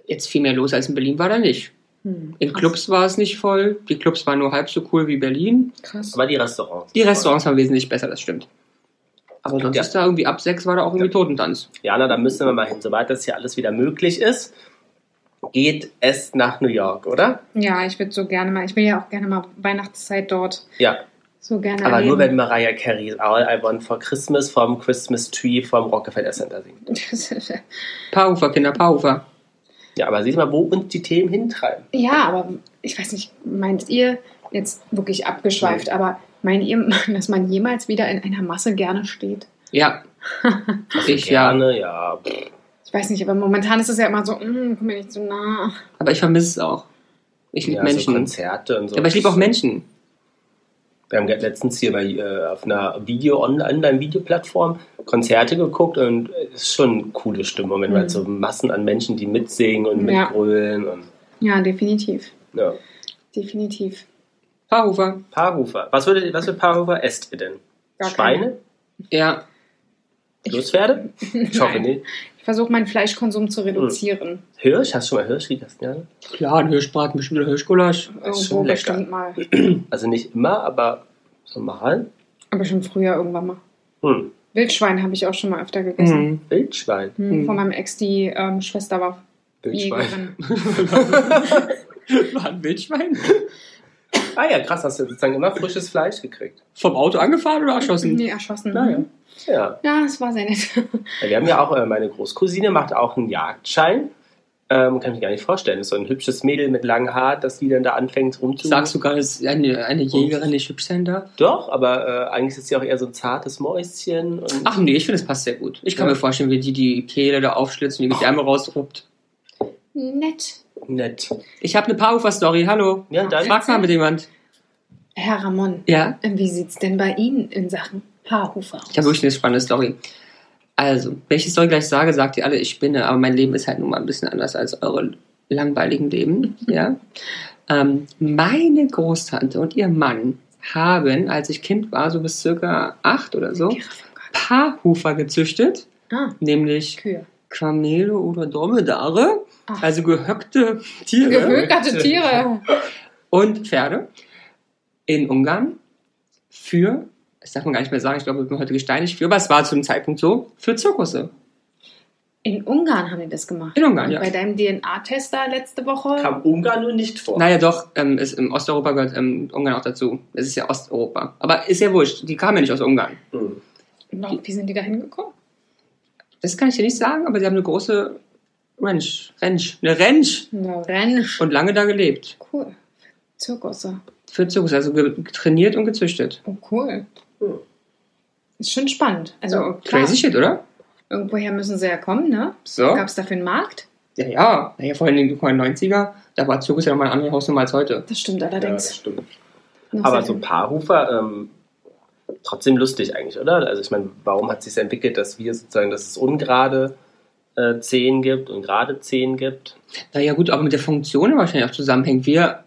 jetzt viel mehr los als in Berlin war da nicht. In Clubs war es nicht voll. Die Clubs waren nur halb so cool wie Berlin. Krass. Aber die Restaurants. Die Restaurants waren wesentlich besser, das stimmt. Aber sonst ist da irgendwie ab 6 war da auch irgendwie Totentanz. Jana, da müssen wir mal hin. Sobald das hier alles wieder möglich ist, geht es nach New York, oder? Ja, ich würde so gerne mal, ich will ja auch gerne mal Weihnachtszeit dort Ja. so gerne Aber nur erleben. wenn Mariah Carey All I Want for Christmas vom Christmas Tree vom Rockefeller Center singt. Paarhufer, Kinder, Paarhufer. Ja, aber sieh mal, wo uns die Themen hintreiben. Ja, aber ich weiß nicht, meint ihr, jetzt wirklich abgeschweift, aber meint ihr, dass man jemals wieder in einer Masse gerne steht? Ja. Also Ich ja. gerne, ja. Ich weiß nicht, aber momentan ist es ja immer so, komm mir nicht so nah. Aber ich vermisse es auch. Ich liebe Ja, Menschen. so Konzerte und so. Ja, aber ich liebe auch Menschen. Wir haben letztens hier auf einer Online-Videoplattform Konzerte geguckt und es ist schon eine coole Stimmung, wenn halt so Massen an Menschen, die mitsingen und Ja. mitgrölen. Und, Ja, definitiv. ja. Definitiv. Paarhufer. Paarhufer. Was für Paarhufer esst ihr denn? Gar Schweine? Ja. Flusspferde? Ich hoffe Nein. nicht. Ich versuche meinen Fleischkonsum zu reduzieren. Hirsch? Hast du schon mal Hirsch gegessen? Ja? Klar, ein Hirschbraten, bestimmt ein Hirschgulasch. ist Irgendwo schon lecker. bestimmt mal. Also nicht immer, aber so mal. Aber schon früher irgendwann mal. Hm. Wildschwein habe ich auch schon mal öfter gegessen. Mhm. Wildschwein. Von meinem Ex, die Schwester war Wildschwein. Jägerin. War ein Wildschwein? Ah ja, krass, hast du sozusagen immer frisches Fleisch gekriegt. Vom Auto angefahren oder erschossen? Nee, erschossen. Naja. Ja. Ja, das war sehr nett. Ja, wir haben ja auch, meine Großcousine macht auch einen Jagdschein. Kann ich mir gar nicht vorstellen. Das ist so ein hübsches Mädel mit langem Haar, dass die dann da anfängt rumzu... Sagst du gar nicht, dass eine Jägerin nicht hübsch sein darf? Doch, aber eigentlich ist sie auch eher so ein zartes Mäuschen. Und Ach nee, ich finde, es passt sehr gut. Ich kann Ja. mir vorstellen, wie die Kehle da aufschlitzt und die Gedärme rausruppt. Nett. nett. Ich habe eine Paarhufer-Story, hallo. Ja, dann. Frag mal mit jemand. Herr Ramon, Ja? wie sieht's denn bei Ihnen in Sachen Paarhufer aus? Ich habe wirklich eine spannende Story. Also, wenn ich die Story gleich sage, sagt ihr alle, ich spinne, aber mein Leben ist halt nun mal ein bisschen anders als eure langweiligen Leben. Ja? Meine Großtante und ihr Mann haben, als ich Kind war, so bis circa 8 oder so, Paarhufer gezüchtet, nämlich Kühe. Kamele oder Dromedare, Ach. also gehöckte Tiere Gehökerte Tiere. und Pferde in Ungarn für, das darf man gar nicht mehr sagen, ich glaube, ich bin heute gesteinigt für, aber es war zu dem Zeitpunkt so, für Zirkusse. In Ungarn haben die das gemacht. In Ungarn, Und ja. bei deinem DNA-Test da letzte Woche. Kam Ungarn nur nicht vor. Naja, doch, im Osteuropa gehört Ungarn auch dazu. Es ist ja Osteuropa. Aber ist ja wurscht, die kamen ja nicht aus Ungarn. Hm. Wie sind die da hingekommen? Das kann ich dir nicht sagen, aber sie haben eine große Ranch. Na, Rentsch. Und lange da gelebt. Cool. Zirkusse. Für Zirkus, also trainiert und gezüchtet. Oh, cool. Hm. Ist schon spannend. Also, klar, Crazy shit, oder? irgendwoher müssen sie ja kommen, ne? So. Gab es dafür einen Markt? Ja. Naja, vor allem in den 90er, da war Zirkus ja nochmal eine andere Hausnummer als heute. Das stimmt Ja, das allerdings. stimmt. Noch Aber sehr so viel. Paarhufer, trotzdem lustig eigentlich, oder? Also ich meine, warum hat es sich entwickelt, dass es ungerade Zehen gibt und gerade Zehen gibt? Naja gut, aber mit der Funktion wahrscheinlich auch zusammenhängt. Wir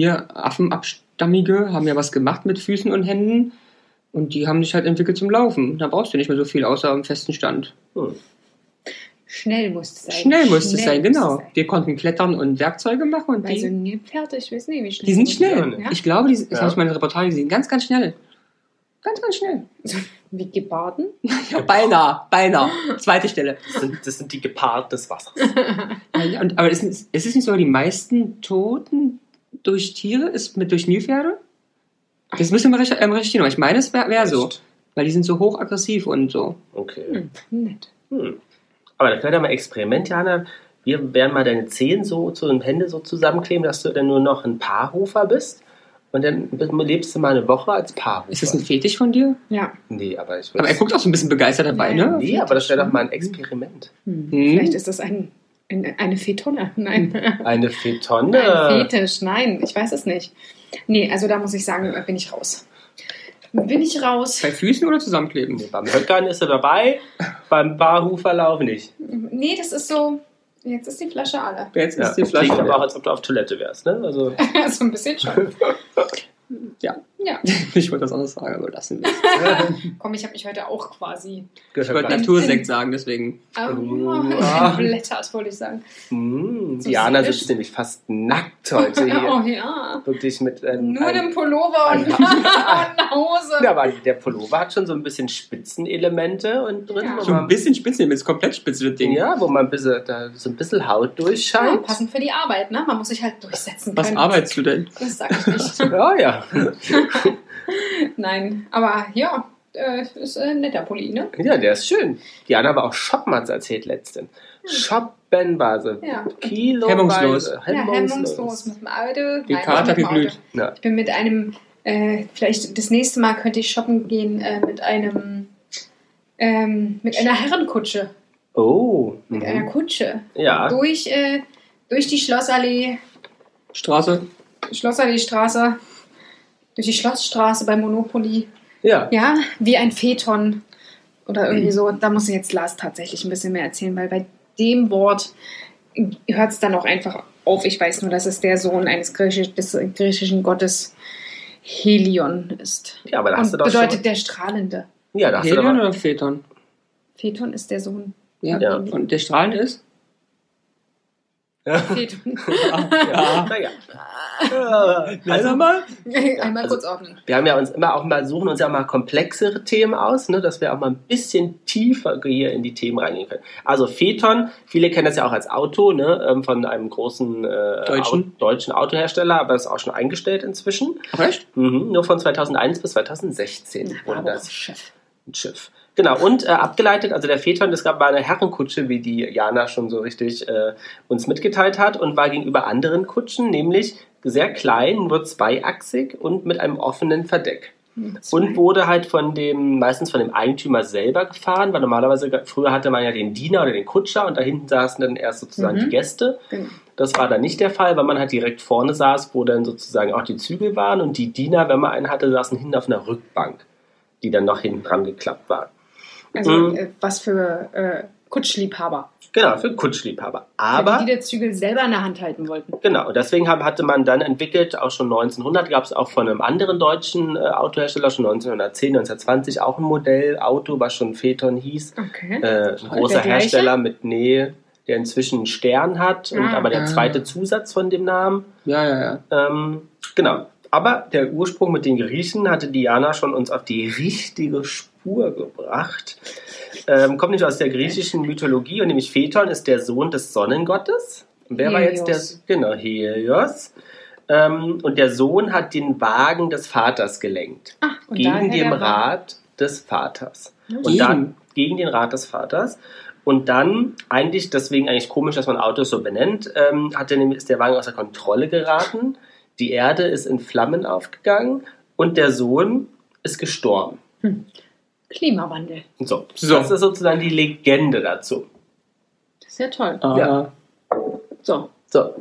Affenabstammige haben ja was gemacht mit Füßen und Händen und die haben sich halt entwickelt zum Laufen. Da brauchst du nicht mehr so viel außer im festen Stand. Hm. Schnell muss es sein. Schnell muss es sein, muss genau. es sein. Wir konnten klettern und Werkzeuge machen und Weil so die, Nilpferde, ich weiß nicht, wie schnell die sind die schnell. Ja? Ich glaube, das Ja. habe ich meine Reportage gesehen, ganz, ganz schnell. Ganz, ganz schnell. Wie Geparden? Ja, beinahe. Zweite Stelle. Das sind die Geparden des Wassers. Aber es ist nicht so, die meisten Toten durch Tiere ist durch Nilpferde? Das müssen wir recherchieren, aber ich meine, es wäre so. Echt? Weil die sind so hochaggressiv und so. Okay. Nett. Aber da können wir mal Experiment, Jana. Wir werden mal deine Zehen Hände so zusammenkleben, dass du dann nur noch ein Paarhufer bist. Und dann lebst du mal eine Woche als Paarhufer. Ist das ein Fetisch von dir? Ja. Nee, aber ich Aber er guckt auch so ein bisschen begeistert dabei, ne? Nee, aber das wäre doch mal ein Experiment. Vielleicht ist das eine Fetonne. Nein. Eine Fetonne. Ein Fetisch. Nein, ich weiß es nicht. Nee, also da muss ich sagen, bin ich raus. Bin ich raus? Bei Füßen oder zusammenkleben? Nee, beim Höckern ist er dabei, beim Paarhuferlauf nicht. Nee, das ist so. Jetzt ist die Flasche alle. Jetzt Ja, ist die klingt Flasche. aber auch, als ob du auf Toilette wärst, ne? Also, So ein bisschen schon. Ja. Ja. Ich wollte was anderes sagen, aber lassen wir es. Komm, ich habe mich heute auch quasi... Ich wollte Natursekt sagen, deswegen. Blätters, wollte ich sagen. So Diana seelisch. sitzt nämlich fast nackt heute hier. Oh ja. Wirklich mit Nur einem Pullover und einer Hose. Ja, aber der Pullover hat schon so ein bisschen Spitzenelemente und drin. Ja. wo So ein man- bisschen spitze, jetzt komplett spitze das Ding. Ja, wo man da so ein bisschen Haut Ja, durchscheint. passend für die Arbeit, ne? Man muss sich halt durchsetzen Was können. arbeitest du denn? Das sag ich nicht. Ja, ja. Nein, aber ja, ist ein netter Pulli, ne? Ja, der ist schön. Diana aber auch shoppen, hat sie erzählt letztens. Shoppen war sie. Ja. Hemmungslos. Ja, hemmungslos mit dem Auto. Die Nein, Karte hat nicht mit dem geglüht. Auto. Ja. Ich bin mit einem, vielleicht das nächste Mal könnte ich shoppen gehen mit einer Herrenkutsche. Oh. Mit einer Kutsche. Ja. Durch die Schlossallee, Schlossallee-Straße, durch die Schlossstraße bei Monopoly. Ja. Ja, wie ein Phaeton oder irgendwie so. Da muss ich jetzt Lars tatsächlich ein bisschen mehr erzählen, weil bei dem Wort hört es dann auch einfach auf. Ich weiß nur, dass es der Sohn des griechischen Gottes Helion ist. Ja, aber da hast Und du doch bedeutet schon... der Strahlende. Ja, da hast du Helion doch... oder Phaeton? Phaeton ist der Sohn. Ja. Ja. Und der strahlende ist? Phaeton. Ja. Naja. Also mal? Einmal Also- kurz ordnen. Wir haben ja suchen uns ja auch mal komplexere Themen aus, ne, dass wir auch mal ein bisschen tiefer hier in die Themen reingehen können. Also Phaeton, viele kennen das ja auch als Auto, ne, von einem großen deutschen Autohersteller, aber das ist auch schon eingestellt inzwischen. Ach, echt? Nur von 2001 bis 2016 wurde Aber das Chef. ein Schiff. Genau, und abgeleitet, also der Phaeton, das war eine Herrenkutsche, wie die Jana schon so richtig uns mitgeteilt hat, und war gegenüber anderen Kutschen, nämlich sehr klein, nur zweiachsig und mit einem offenen Verdeck. Und wurde halt meistens von dem Eigentümer selber gefahren, weil normalerweise, früher hatte man ja den Diener oder den Kutscher und da hinten saßen dann erst sozusagen die Gäste. Genau. Das war dann nicht der Fall, weil man halt direkt vorne saß, wo dann sozusagen auch die Zügel waren, und die Diener, wenn man einen hatte, saßen hinten auf einer Rückbank, die dann noch hinten dran geklappt war. Also was für Kutschliebhaber. Genau, für Kutschliebhaber. Aber die Zügel selber in der Hand halten wollten. genau, deswegen hatte man dann entwickelt, auch schon 1900 gab es auch von einem anderen deutschen Autohersteller, schon 1910, 1920 auch ein Modellauto, was schon Phaeton hieß. Okay. Ein großer der gleiche? Hersteller der inzwischen einen Stern hat, und aber der Ah. zweite Zusatz von dem Namen. Ja. Genau. Aber der Ursprung mit den Griechen hatte Diana schon uns auf die richtige Spur gebracht. Kommt nämlich aus der griechischen Mythologie, und nämlich Phaeton ist der Sohn des Sonnengottes. Und wer war jetzt der? Helios. Genau, Helios. Und der Sohn hat den Wagen des Vaters gelenkt. Und Gegen daher den der Rat des Vaters. Und Gegen? dann gegen den Rat des Vaters. Und dann, deswegen eigentlich komisch, dass man Autos so benennt, ist der Wagen außer Kontrolle geraten. Die Erde ist in Flammen aufgegangen und der Sohn ist gestorben. Klimawandel. So. So. Das ist sozusagen die Legende dazu. Das ist ja toll. Ja. So, So,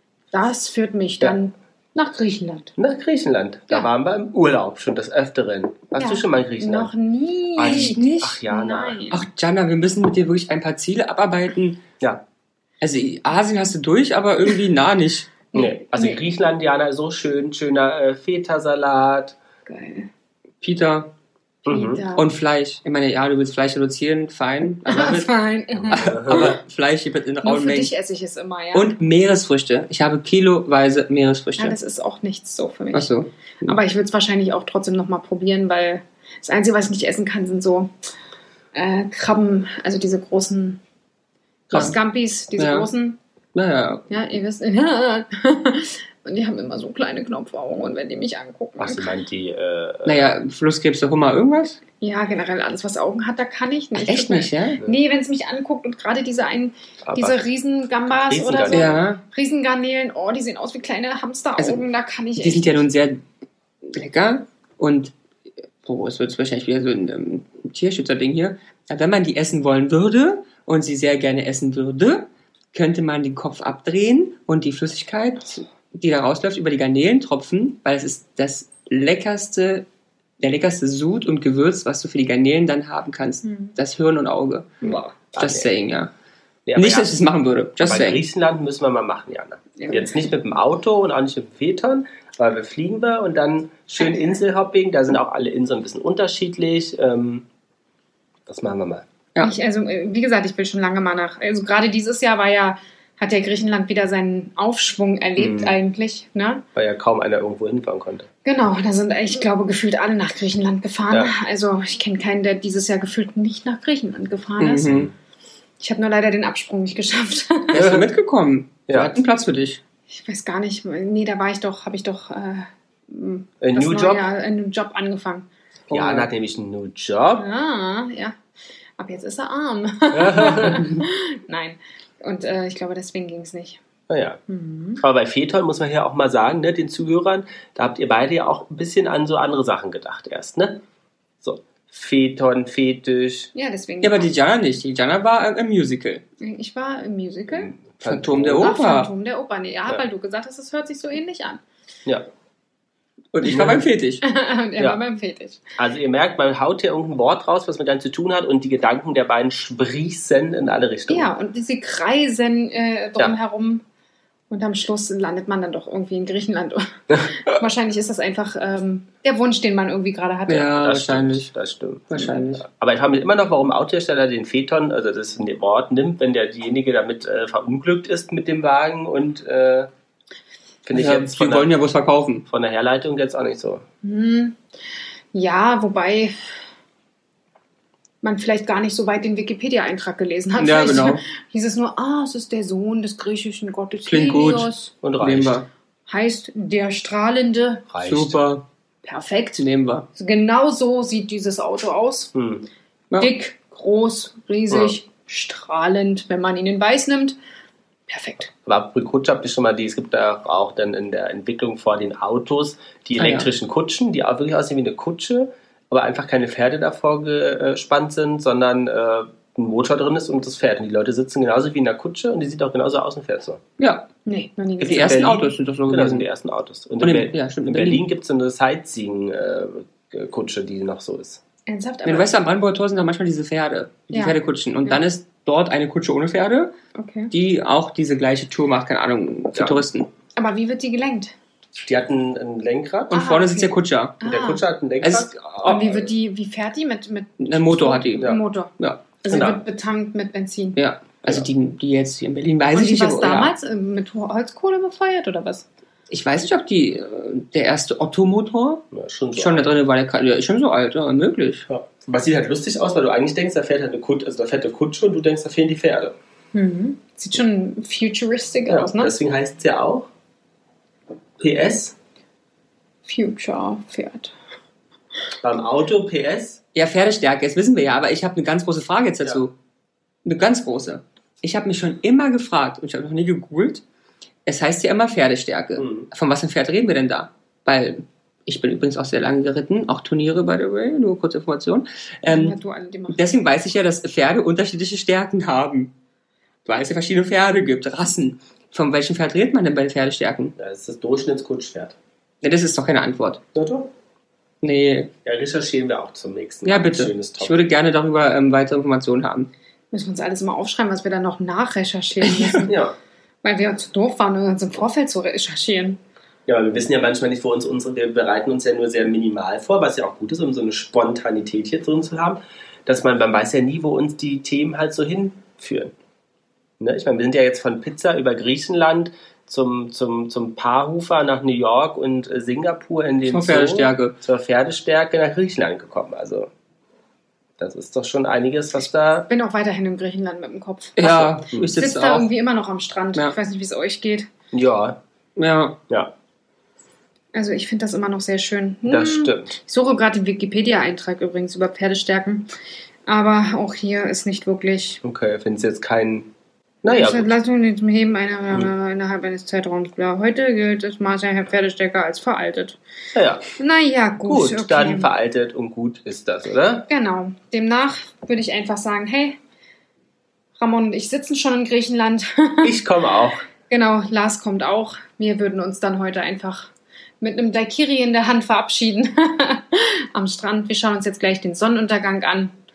das führt mich dann nach Griechenland. nach Griechenland. Da Ja. waren wir im Urlaub schon des Öfteren. Warst du schon mal in Griechenland? Noch nie. Ah, nicht? Ach ja, Nein. Ach, Jana, wir müssen mit dir wirklich ein paar Ziele abarbeiten. Ja. Also Asien hast du durch, aber irgendwie nah nicht. Nee. Also Nee. Griechenland, Diana, so schöner Feta-Salat. Geil. Peter Peter. und Fleisch. Ich meine, ja, du willst Fleisch reduzieren, fein. Fein. Aber Fleisch gibt es in Nur rauen für Mengen. dich esse ich es immer, ja. Und Meeresfrüchte. Ich habe kiloweise Ja, Meeresfrüchte. das ist auch nichts so für mich. Ach so. Aber ich würde es wahrscheinlich auch trotzdem nochmal probieren, weil das Einzige, was ich nicht essen kann, sind so Krabben, also diese großen Scampis, diese Ja. großen. Naja, Ja, ihr wisst. Und die haben immer so kleine Knopfaugen, und wenn die mich angucken. Was du meinst, die... naja, Flusskrebs, Hummer, irgendwas? Ja, generell alles, was Augen hat, da kann ich nicht. Echt nicht, ja? Nee, wenn es mich anguckt, und gerade diese aber Riesengambas oder so. Riesengarnelen. Ja, Riesengarnelen, oh, die sehen aus wie kleine Hamsteraugen, Also, da kann ich die echt. sind ja nun sehr lecker und es wird wahrscheinlich wieder so ein Tierschützer-Ding hier. Aber wenn man die essen wollen würde und sie sehr gerne essen würde, könnte man den Kopf abdrehen und die Flüssigkeit, die da rausläuft, über die Garnelen tropfen, weil es ist der leckerste Sud und Gewürz, was du für die Garnelen dann haben kannst. Das Hirn und Auge. Wow. Just saying, ja. Nee, Nicht, dass ich es machen würde. Just aber saying. Griechenland müssen wir mal machen, Jana. Ja. Jetzt nicht mit dem Auto und auch nicht mit dem Phaeton, weil wir fliegen und dann schön Inselhopping. Da sind auch alle Inseln ein bisschen unterschiedlich. Das machen wir mal. Ja. Also, wie gesagt, ich will schon lange mal also gerade dieses Jahr hat der Griechenland wieder seinen Aufschwung erlebt eigentlich, ne? Weil ja kaum einer irgendwo hinfahren konnte. Genau, da sind, ich glaube, gefühlt alle nach Griechenland gefahren. Ja. Also ich kenne keinen, der dieses Jahr gefühlt nicht nach Griechenland gefahren ist. Mhm. Ich habe nur leider den Absprung nicht geschafft. Wärst du mitgekommen? Ja. Wir hatten Platz für dich. Ich weiß gar nicht. Nee, da habe ich doch Ein New Job? einen Job angefangen. Jana hat nämlich einen New Job. Ja. Ab jetzt ist er arm. Nein. Und ich glaube, deswegen ging es nicht. Naja. Aber bei Phaeton muss man ja auch mal sagen, ne, den Zuhörern, da habt ihr beide ja auch ein bisschen an so andere Sachen gedacht erst, ne? So, Phaeton, Fetisch. Ja, deswegen. Ja, aber die Jana nicht. Die Jana war im Musical. Ich war im Musical. Phantom der Ach, Oper. Phantom der Oper. Nee, ja, Ja. weil du gesagt hast, es hört sich so ähnlich an. Ja. Und ich war beim Fetisch. Er Ja. war beim Fetisch. Also ihr merkt, man haut hier irgendein Wort raus, was mit dann zu tun hat und die Gedanken der beiden sprießen in alle Richtungen. Ja, und sie kreisen drumherum. Und am Schluss landet man dann doch irgendwie in Griechenland. Wahrscheinlich ist das einfach der Wunsch, den man irgendwie gerade hatte. Ja, Das wahrscheinlich. Stimmt, das stimmt. Wahrscheinlich. Ja. Aber ich frage mich immer noch, warum Autohersteller den Phaeton, also das Wort nimmt, wenn derjenige damit verunglückt ist mit dem Wagen und finde ich Ja, jetzt die von wollen der, ja was verkaufen. von der Herleitung jetzt auch nicht so. Ja, wobei man vielleicht gar nicht so weit den Wikipedia-Eintrag gelesen hat. Ja, Vielleicht genau. hieß es nur, es ist der Sohn des griechischen Gottes Klingt gut. Helios. Und Nehmen reicht. wir. Heißt der Strahlende. Reicht. Super. Perfekt. Nehmen wir. Genau so sieht dieses Auto aus. Ja. Dick, groß, riesig, strahlend. Wenn man ihn in weiß nimmt, perfekt. Aber bei Kutsche habt ihr schon mal es gibt da auch dann in der Entwicklung vor den Autos die Ah, ja. elektrischen Kutschen, die auch wirklich aussehen wie eine Kutsche, aber einfach keine Pferde davor gespannt sind, sondern ein Motor drin ist und das Pferd. Und die Leute sitzen genauso wie in der Kutsche und die sieht auch genauso aus und fährt so. Ja. Nee, noch nie Die gesehen. ersten Berlin. Autos sind doch so Genau, das sind gewesen. die ersten Autos. Und Und in, in- ja, stimmt, in in Berlin. Berlin gibt es so eine Sightseeing-Kutsche, die noch so ist. Ernsthaft? Ja, du weißt, am Brandenburger Tor sind da manchmal diese Pferde, die Ja. Pferdekutschen. Und Ja. dann ist dort eine Kutsche ohne Pferde, Okay. die auch diese gleiche Tour macht, keine Ahnung, für Ja. Touristen. Aber wie wird die gelenkt? Die hatten ein Lenkrad Und Ah, vorne okay. sitzt der Kutscher. und der Ah. Kutscher hat ein Lenkrad. Es ist, Und wie fährt die? Mit ein Motor hat die. Ja. Motor. Ja. Also Genau. sie wird betankt mit Benzin. Ja. Also Ja. die jetzt hier in Berlin weiß Und ich wie nicht. war es aber, ja. damals? Mit Holzkohle befeuert oder was? Ich weiß nicht, ob der erste Otto-Motor Ja, schon so. schon da drin war. Der ist schon so alt, ja, möglich. Ja. Was sieht halt lustig aus, weil du eigentlich denkst, da fährt halt eine Kutsche, also da fährt eine Kutsche und du denkst, da fehlen die Pferde. Sieht schon futuristic Ja, aus, ne? deswegen heißt es ja auch PS. Future Pferd. Beim Auto PS. Ja, Pferdestärke, das wissen wir ja, aber ich habe eine ganz große Frage jetzt dazu. Ja. Eine ganz große. Ich habe mich schon immer gefragt, und ich habe noch nie gegoogelt, es heißt ja immer Pferdestärke. Von was für ein Pferd reden wir denn da? Weil ich bin übrigens auch sehr lange geritten, auch Turniere, by the way, nur kurze Information. Ja, du alle, die machen. Deswegen weiß ich ja, dass Pferde unterschiedliche Stärken haben. Weil es ja verschiedene Pferde gibt, Rassen. Von welchem Pferd redet man denn bei den Pferdestärken? Das ist das Durchschnittskutschpferd. Ne, das ist doch keine Antwort. Na doch. Nee, Ja, recherchieren wir auch zum nächsten ja Mal. bitte. Schönes Topic. Ich würde gerne darüber weitere Informationen haben. Müssen wir uns alles immer aufschreiben, was wir dann noch nachrecherchieren müssen. Ja. Weil wir zu doof waren, uns im Vorfeld zu recherchieren. Ja, aber wir wissen ja manchmal nicht, wo wir bereiten uns ja nur sehr minimal vor, was ja auch gut ist, um so eine Spontanität hier drin zu haben, dass man weiß ja nie, wo uns die Themen halt so hinführen. Ne? Ich meine, wir sind ja jetzt von Pizza über Griechenland zum Paarhufer nach New York und Singapur in den Zur Pferdestärke. Zur Pferdestärke nach Griechenland gekommen. Also das ist doch schon einiges, was da... Bin auch weiterhin in Griechenland mit dem Kopf. Ja, so. ich Sitzt sitze da auch. irgendwie immer noch am Strand. Ja. Ich weiß nicht, wie es euch geht. Ja, Ja, ja, Also ich finde das immer noch sehr schön. das stimmt. Ich suche gerade den Wikipedia-Eintrag übrigens über Pferdestärken. Aber auch hier ist nicht wirklich... Okay, findest du jetzt keinen... Naja, gut. Leistung zum Heben innerhalb eines Zeitraums. Klar. Heute gilt das Maß der Pferdestärke als veraltet. Naja, Naja, gut. gut, okay. dann veraltet und gut ist das, oder? Genau. Demnach würde ich einfach sagen, hey, Ramon und ich sitzen schon in Griechenland. Ich komme auch. Genau, Lars kommt auch. Wir würden uns dann heute einfach mit einem Daiquiri in der Hand verabschieden am Strand. Wir schauen uns jetzt gleich den Sonnenuntergang an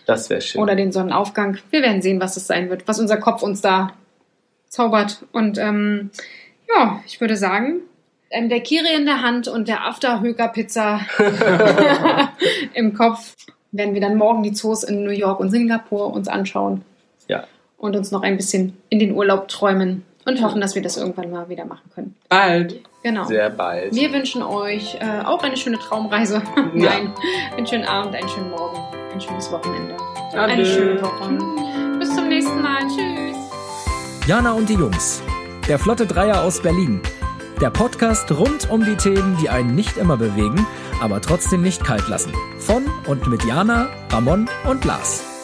Das wäre schön. Oder den Sonnenaufgang. Wir werden sehen, was es sein wird, was unser Kopf uns da zaubert. Und ja, ich würde sagen, der Kiri in der Hand und der Afterhöker-Pizza im Kopf werden wir dann morgen die Zoos in New York und Singapur uns anschauen. Ja. Und uns noch ein bisschen in den Urlaub träumen und hoffen, dass wir das irgendwann mal wieder machen können. Bald. Genau. Sehr bald. Wir wünschen euch auch eine schöne Traumreise. Ja. Nein, einen schönen Abend, einen schönen Morgen, ein schönes Wochenende. Ade. Eine schöne Woche. Bis zum nächsten Mal. Tschüss. Jana und die Jungs. Der Flotte Dreier aus Berlin. Der Podcast rund um die Themen, die einen nicht immer bewegen, aber trotzdem nicht kalt lassen. Von und mit Jana, Ramon und Lars.